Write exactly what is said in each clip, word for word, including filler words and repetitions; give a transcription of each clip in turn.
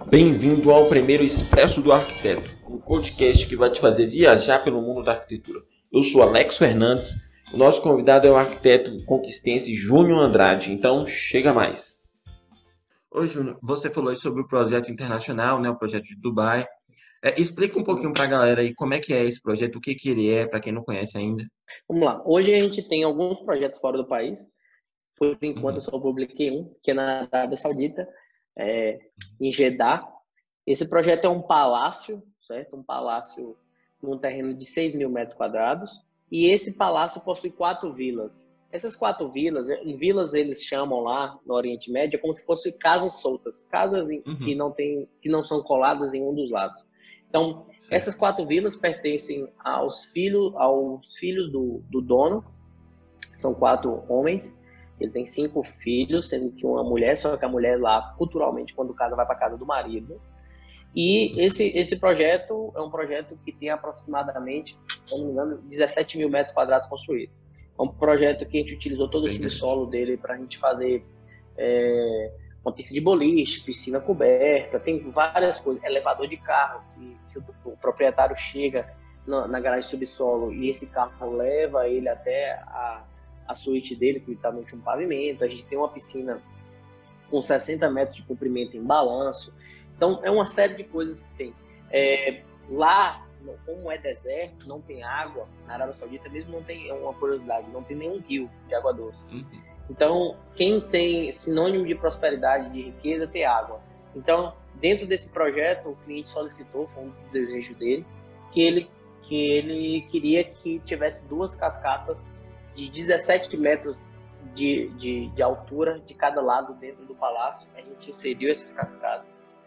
Bem-vindo ao primeiro Expresso do Arquiteto, um podcast que vai te fazer viajar pelo mundo da arquitetura. Eu sou Alex Fernandes, o nosso convidado é o arquiteto conquistense Júnior Andrade, então chega mais. Oi, Júnior, você falou aí sobre o projeto internacional, né, o projeto de Dubai. É, explica um pouquinho para a galera aí como é que é esse projeto, o que, que ele é, para quem não conhece ainda. Vamos lá, hoje a gente tem alguns projetos fora do país. Por enquanto, Uhum. eu só publiquei um, que é na Arábia Saudita, é, em Jeddah. Esse projeto é um palácio, certo? Um palácio num terreno de seis mil metros quadrados. E esse palácio possui quatro vilas. Essas quatro vilas, em vilas eles chamam lá no Oriente Médio como se fossem casas soltas, casas em, Uhum. que, não tem, que não são coladas em um dos lados. Então, Certo. Essas quatro vilas pertencem aos filhos, aos filhos do, do dono. São quatro homens. Ele tem cinco filhos, sendo que uma mulher, só que a mulher lá, culturalmente, quando casa, vai para casa do marido. E esse, esse projeto é um projeto que tem aproximadamente, se não me engano, dezessete mil metros quadrados construídos. É um projeto que a gente utilizou todo o subsolo dele para a gente fazer é, uma pista de boliche, piscina coberta, tem várias coisas, elevador de carro, que, que o, o proprietário chega na, na garagem subsolo e esse carro leva ele até a a suíte dele, que está no último pavimento. A gente tem uma piscina com sessenta metros de comprimento em balanço. Então, é uma série de coisas que tem. É, lá, como é deserto, não tem água, na Arábia Saudita mesmo não tem, é uma curiosidade, não tem nenhum rio de água doce. Uhum. Então, quem tem sinônimo de prosperidade, de riqueza, é ter água. Então, dentro desse projeto, o cliente solicitou, foi um desejo dele, que ele, que ele queria que tivesse duas cascatas de dezessete metros de, de, de altura de cada lado dentro do palácio. A gente inseriu essas cascatas.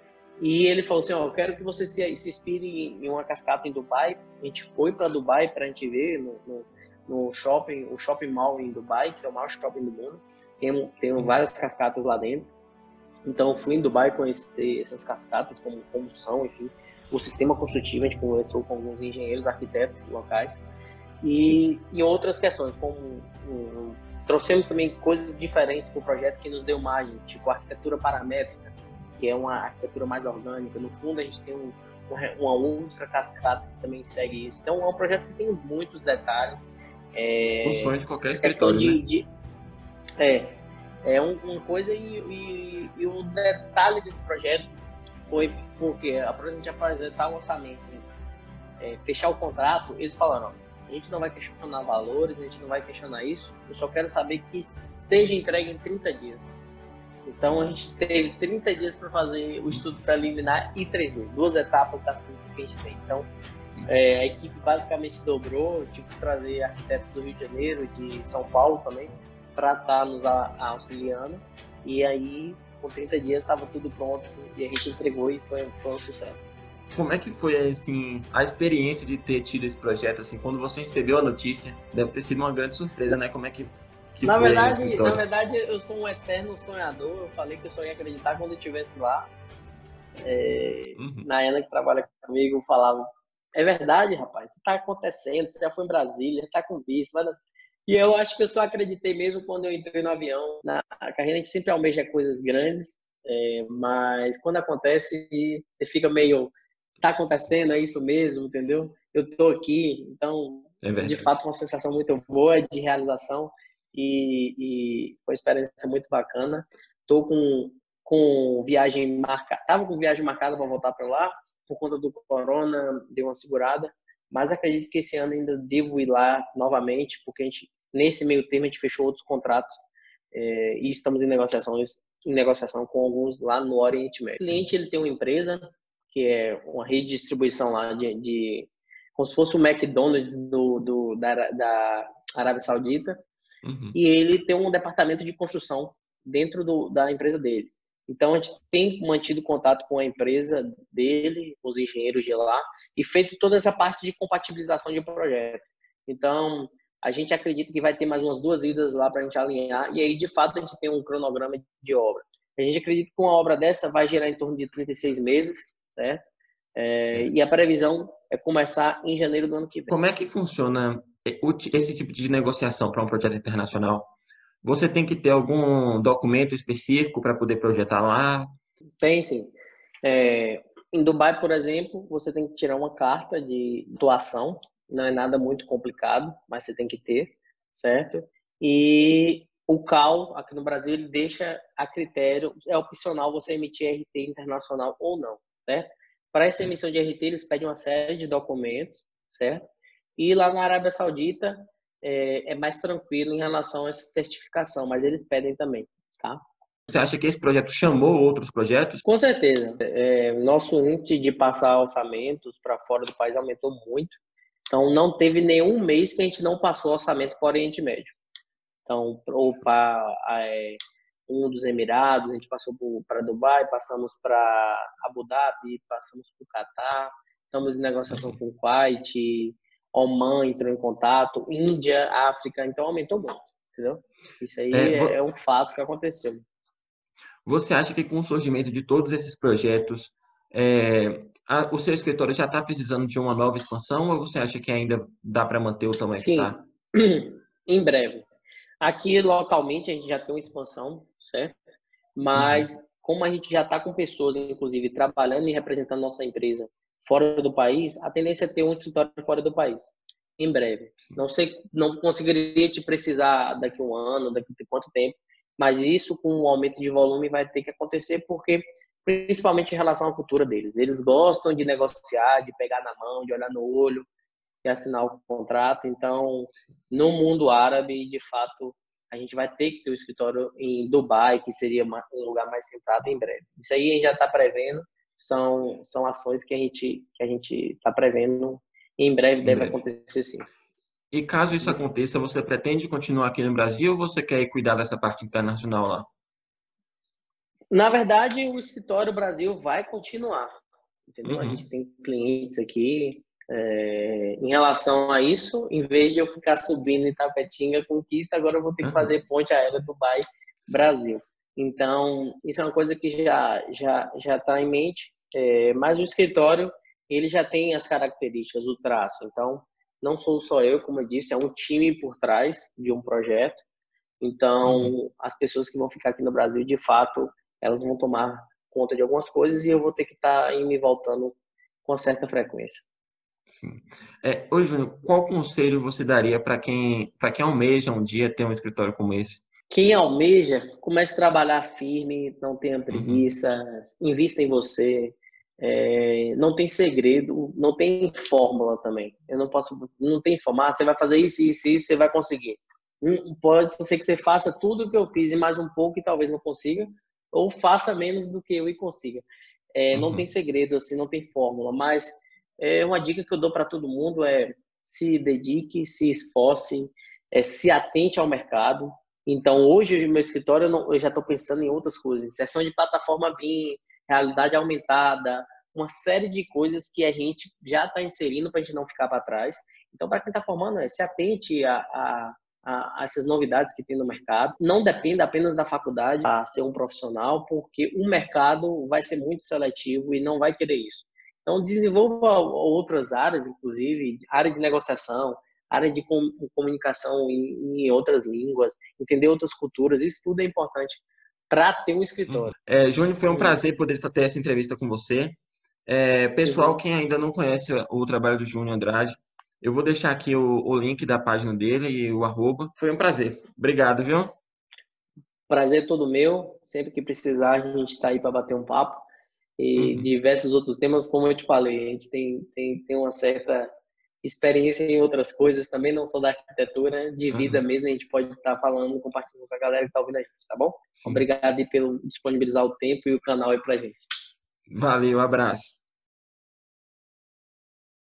E ele falou assim, ó, eu quero que você se, se inspire em uma cascata em Dubai. A gente foi para Dubai para a gente ver no, no, no shopping, o shopping mall em Dubai, que é o maior shopping do mundo. Tem, tem várias cascatas lá dentro. Então, eu fui em Dubai conhecer essas cascatas, como, como são, enfim. O sistema construtivo, a gente conversou com alguns engenheiros, arquitetos locais. E, e outras questões, como um, trouxemos também coisas diferentes para o projeto que nos deu margem, tipo arquitetura paramétrica, que é uma arquitetura mais orgânica. No fundo, a gente tem um, uma ultra cascata que também segue isso. Então, é um projeto que tem muitos detalhes. É, o sonho de qualquer escritório, de, né? De, é, é um, uma coisa e, e, e o detalhe desse projeto foi porque, após a gente apresentar o orçamento, é, fechar o contrato, eles falaram, ó, a gente não vai questionar valores, a gente não vai questionar isso. Eu só quero saber que seja entregue em trinta dias. Então, a gente teve trinta dias para fazer o estudo preliminar e três D. Duas etapas das cinco que a gente tem. Então, é, a equipe basicamente dobrou. Tive que trazer arquitetos do Rio de Janeiro, de São Paulo também, para estar nos auxiliando. E aí, com trinta dias, estava tudo pronto. E a gente entregou e foi, foi um sucesso. Como é que foi, assim, a experiência de ter tido esse projeto, assim, quando você recebeu a notícia? Deve ter sido uma grande surpresa, né? Como é que, que na foi verdade, essa Na verdade, eu sou um eterno sonhador. Eu falei que eu só ia acreditar quando eu estivesse lá. É, uhum. Na Ana, que trabalha comigo, falava, é verdade, rapaz, isso está acontecendo, você já foi em Brasília, está com visto. Vai... E eu acho que eu só acreditei mesmo quando eu entrei no avião. Na carreira, a gente sempre almeja coisas grandes, é, mas quando acontece, você fica meio... tá acontecendo, é isso mesmo, entendeu? Eu tô aqui, então, é de fato, uma sensação muito boa de realização e, e foi uma experiência muito bacana. Tô com, com viagem marcada, tava com viagem marcada para voltar para lá, por conta do corona, deu uma segurada, mas acredito que esse ano ainda devo ir lá novamente, porque a gente, nesse meio termo, a gente fechou outros contratos é, e estamos em negociações, em negociação com alguns lá no Oriente Médio. O cliente, ele tem uma empresa que é uma rede de distribuição lá de, de como se fosse o McDonald's do, do, da, da Arábia Saudita, uhum. E ele tem um departamento de construção dentro do, da empresa dele. Então, a gente tem mantido contato com a empresa dele, os engenheiros de lá, e feito toda essa parte de compatibilização de projeto. Então, a gente acredita que vai ter mais umas duas idas lá para a gente alinhar, e aí, de fato, a gente tem um cronograma de obra. A gente acredita que uma obra dessa vai gerar em torno de trinta e seis meses, certo? É, e a previsão é começar em janeiro do ano que vem. Como é que funciona esse tipo de negociação para um projeto internacional? Você tem que ter algum documento específico para poder projetar lá? Tem sim. É, em Dubai, por exemplo, você tem que tirar uma carta de doação, não é nada muito complicado, mas você tem que ter, certo? E o C A U, aqui no Brasil, ele deixa a critério, é opcional você emitir R T internacional ou não, certo? Para essa emissão de R T, eles pedem uma série de documentos, certo? E lá na Arábia Saudita é, é mais tranquilo em relação a essa certificação, mas eles pedem também, tá? Você acha que esse projeto chamou outros projetos? Com certeza. É, o nosso índice de passar orçamentos para fora do país aumentou muito. Então, não teve nenhum mês que a gente não passou orçamento para o Oriente Médio. Então, ou para é, um dos Emirados, a gente passou para Dubai, passamos para Abu Dhabi, passamos para o Catar, estamos em negociação com o Kuwait, Oman entrou em contato, Índia, África, então aumentou muito, entendeu? Isso aí É, é, vo- é um fato que aconteceu. você acha que com o surgimento de todos esses projetos, é, a- o seu escritório já está precisando de uma nova expansão ou você acha que ainda dá para manter o tamanho que está? Sim, em breve. Aqui, localmente, a gente já tem uma expansão, certo? Uhum. Mas, como a gente já está com pessoas, inclusive, trabalhando e representando nossa empresa fora do país, a tendência é ter um escritório fora do país, em breve. Não sei, não conseguiria te precisar daqui a um ano, daqui a quanto tempo, mas isso, com o aumento de volume, vai ter que acontecer, porque, principalmente em relação à cultura deles. Eles gostam de negociar, de pegar na mão, de olhar no olho, e assinar o contrato. Então, no mundo árabe, de fato, a gente vai ter que ter o um escritório em Dubai, que seria um lugar mais centrado em breve. Isso aí a gente já está prevendo, são, são ações que a gente que a gente está prevendo e em breve Em deve breve. acontecer sim. E caso isso aconteça, você pretende continuar aqui no Brasil ou você quer ir cuidar dessa parte internacional lá? Na verdade, o escritório Brasil vai continuar, entendeu? A gente Uhum. tem clientes aqui. É, em relação a isso, em vez de eu ficar subindo em Tapetinga Conquista, agora eu vou ter que Uhum. fazer ponte aérea Dubai Sim. Brasil. Então, isso é uma coisa que já já já está em mente. É, mas o escritório ele já tem as características, o traço. Então, não sou só eu, como eu disse, é um time por trás de um projeto. Uhum. Então, as pessoas que vão ficar aqui no Brasil, de fato, elas vão tomar conta de algumas coisas e eu vou ter que estar tá indo e voltando com certa frequência. Sim. É, ô, Júnior, qual conselho você daria para quem, para quem almeja um dia ter um escritório como esse? Quem almeja, comece a trabalhar firme, não tenha Uhum. preguiça, invista em você. É, não tem segredo, não tem fórmula também. Eu não posso, não tem fórmula. Ah, você vai fazer isso, isso, isso, você vai conseguir. Hum, Pode ser que você faça tudo o que eu fiz e mais um pouco e talvez não consiga, ou faça menos do que eu e consiga. É, não tem Uhum. segredo, assim, não tem fórmula. Mas é uma dica que eu dou para todo mundo é se dedique, se esforce, é, se atente ao mercado. Então, hoje, no meu escritório, eu, não, eu já estou pensando em outras coisas. Inserção de plataforma B I M, realidade aumentada, uma série de coisas que a gente já está inserindo para a gente não ficar para trás. Então, para quem está formando, é, se atente a, a, a, a essas novidades que tem no mercado. Não dependa apenas da faculdade para ser um profissional, porque o mercado vai ser muito seletivo e não vai querer isso. Então, desenvolva outras áreas, inclusive área de negociação, área de comunicação em, em outras línguas, entender outras culturas, isso tudo é importante para ter um Uhum. escritório. É, Júnior, foi um Uhum, prazer poder ter essa entrevista com você. É, pessoal, uhum. quem ainda não conhece o trabalho do Júnior Andrade, eu vou deixar aqui o, o link da página dele e o arroba. Foi um prazer. Obrigado, viu? Prazer todo meu. Sempre que precisar, a gente está aí para bater um papo. E Uhum. diversos outros temas, como eu te falei, a gente tem, tem, tem uma certa experiência em outras coisas também, não só da arquitetura, de vida Uhum. mesmo, a gente pode estar falando, compartilhando com a galera que está ouvindo a gente, tá bom? Sim. Obrigado aí pelo disponibilizar o tempo e o canal aí pra gente. Valeu, abraço.